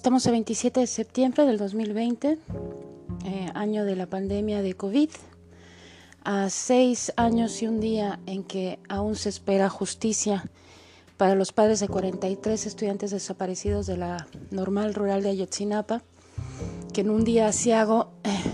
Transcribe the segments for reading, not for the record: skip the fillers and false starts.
Estamos a 27 de septiembre del 2020, año de la pandemia de COVID, a 6 años y un día en que aún se espera justicia para los padres de 43 estudiantes desaparecidos de la Normal Rural de Ayotzinapa, que en un día aciago,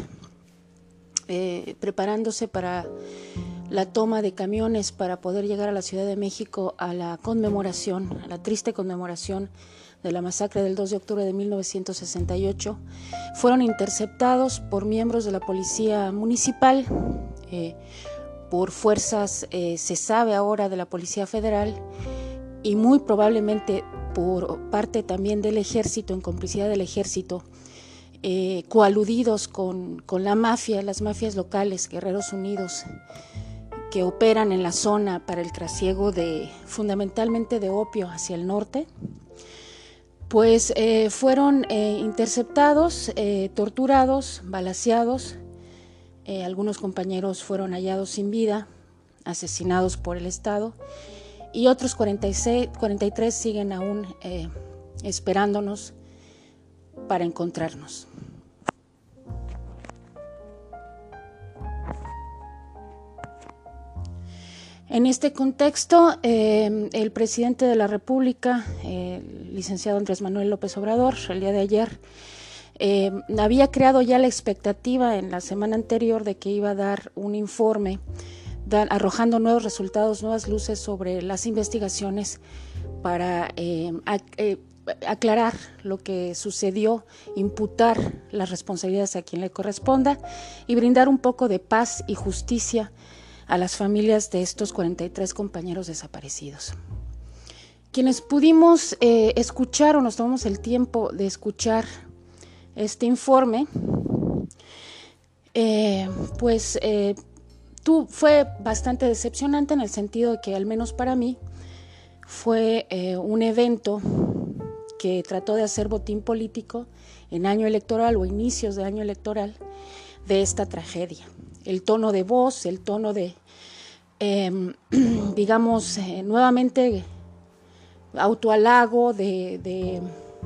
preparándose para la toma de camiones para poder llegar a la Ciudad de México a la conmemoración, a la triste conmemoración de la masacre del 2 de octubre de 1968, fueron interceptados por miembros de la Policía Municipal, por fuerzas, se sabe ahora, de la Policía Federal y muy probablemente por parte también del Ejército, en complicidad del Ejército, coaludidos con la mafia, las mafias locales, Guerreros Unidos, que operan en la zona para el trasiego fundamentalmente de opio hacia el norte. Pues fueron interceptados, torturados, balaceados. Algunos compañeros fueron hallados sin vida, asesinados por el Estado, y otros 43 siguen aún esperándonos para encontrarnos. En este contexto, el presidente de la República, el licenciado Andrés Manuel López Obrador, el día de ayer, había creado ya la expectativa en la semana anterior de que iba a dar un informe arrojando nuevos resultados, nuevas luces sobre las investigaciones para aclarar lo que sucedió, imputar las responsabilidades a quien le corresponda y brindar un poco de paz y justicia a las familias de estos 43 compañeros desaparecidos. Quienes pudimos escuchar o nos tomamos el tiempo de escuchar este informe, fue bastante decepcionante en el sentido de que, al menos para mí, fue un evento que trató de hacer botín político en año electoral o inicios de año electoral de esta tragedia. El tono de voz, el tono de, nuevamente autohalago, de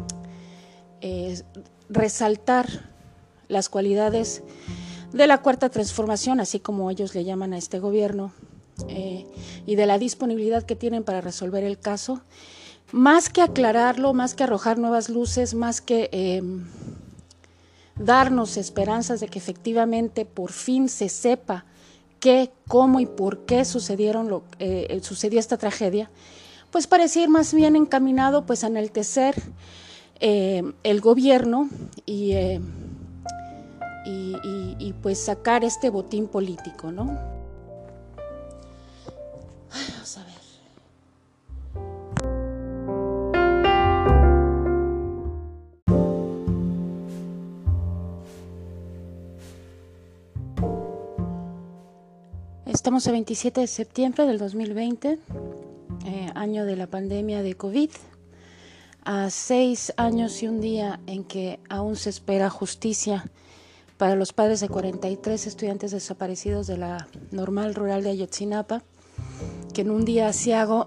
resaltar las cualidades de la Cuarta Transformación, así como ellos le llaman a este gobierno, y de la disponibilidad que tienen para resolver el caso, más que aclararlo, más que arrojar nuevas luces, más que darnos esperanzas de que efectivamente por fin se sepa qué, cómo y por qué sucedió esta tragedia, pues parecía ir más bien encaminado pues a enaltecer el gobierno y pues sacar este botín político, ¿no? Vamos a ver. Estamos a 27 de septiembre del 2020, año de la pandemia de COVID, a 6 años y un día en que aún se espera justicia para los padres de 43 estudiantes desaparecidos de la Normal Rural de Ayotzinapa, que en un día aciago,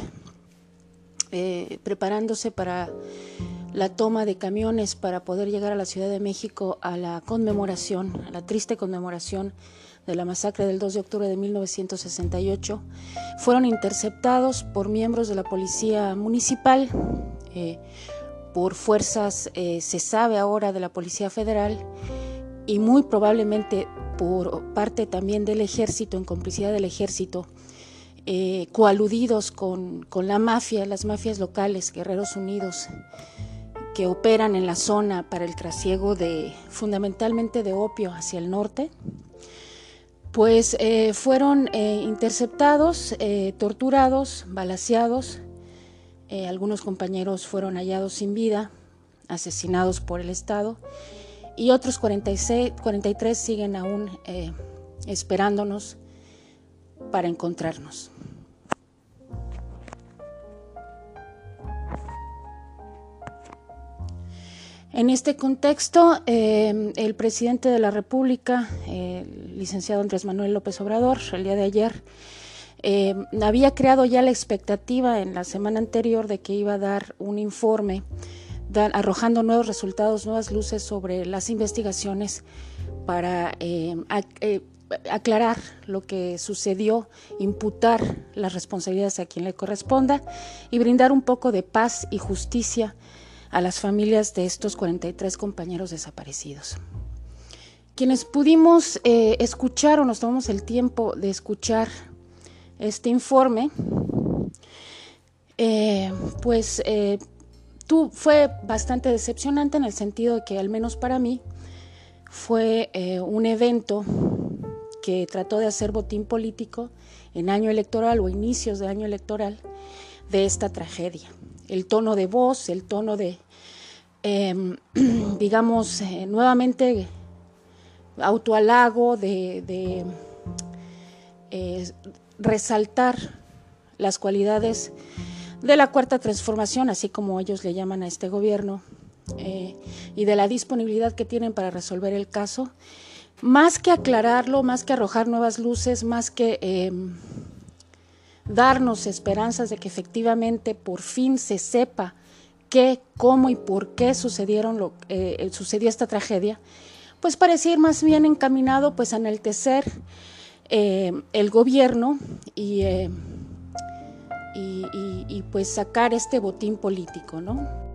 preparándose para la toma de camiones para poder llegar a la Ciudad de México a la conmemoración, a la triste conmemoración de la masacre del 2 de octubre de 1968, fueron interceptados por miembros de la Policía Municipal, por fuerzas, se sabe ahora, de la Policía Federal y muy probablemente por parte también del Ejército, en complicidad del Ejército, coaludidos con la mafia, las mafias locales, Guerreros Unidos, que operan en la zona para el trasiego fundamentalmente de opio hacia el norte. Pues fueron interceptados, torturados, balaceados. Algunos compañeros fueron hallados sin vida, asesinados por el Estado, y otros 43 siguen aún esperándonos para encontrarnos. En este contexto, el presidente de la República, el licenciado Andrés Manuel López Obrador, el día de ayer, había creado ya la expectativa en la semana anterior de que iba a dar un informe arrojando nuevos resultados, nuevas luces sobre las investigaciones para aclarar lo que sucedió, imputar las responsabilidades a quien le corresponda y brindar un poco de paz y justicia a las familias de estos 43 compañeros desaparecidos. Quienes pudimos escuchar o nos tomamos el tiempo de escuchar este informe, fue bastante decepcionante en el sentido de que, al menos para mí, fue un evento que trató de hacer botín político en año electoral o inicios de año electoral de esta tragedia. El tono de voz, el tono de, nuevamente autohalago, de resaltar las cualidades de la Cuarta Transformación, así como ellos le llaman a este gobierno, y de la disponibilidad que tienen para resolver el caso, más que aclararlo, más que arrojar nuevas luces, más que darnos esperanzas de que efectivamente por fin se sepa qué, cómo y por qué sucedió esta tragedia, pues parecía ir más bien encaminado pues a enaltecer el gobierno y pues sacar este botín político, ¿no?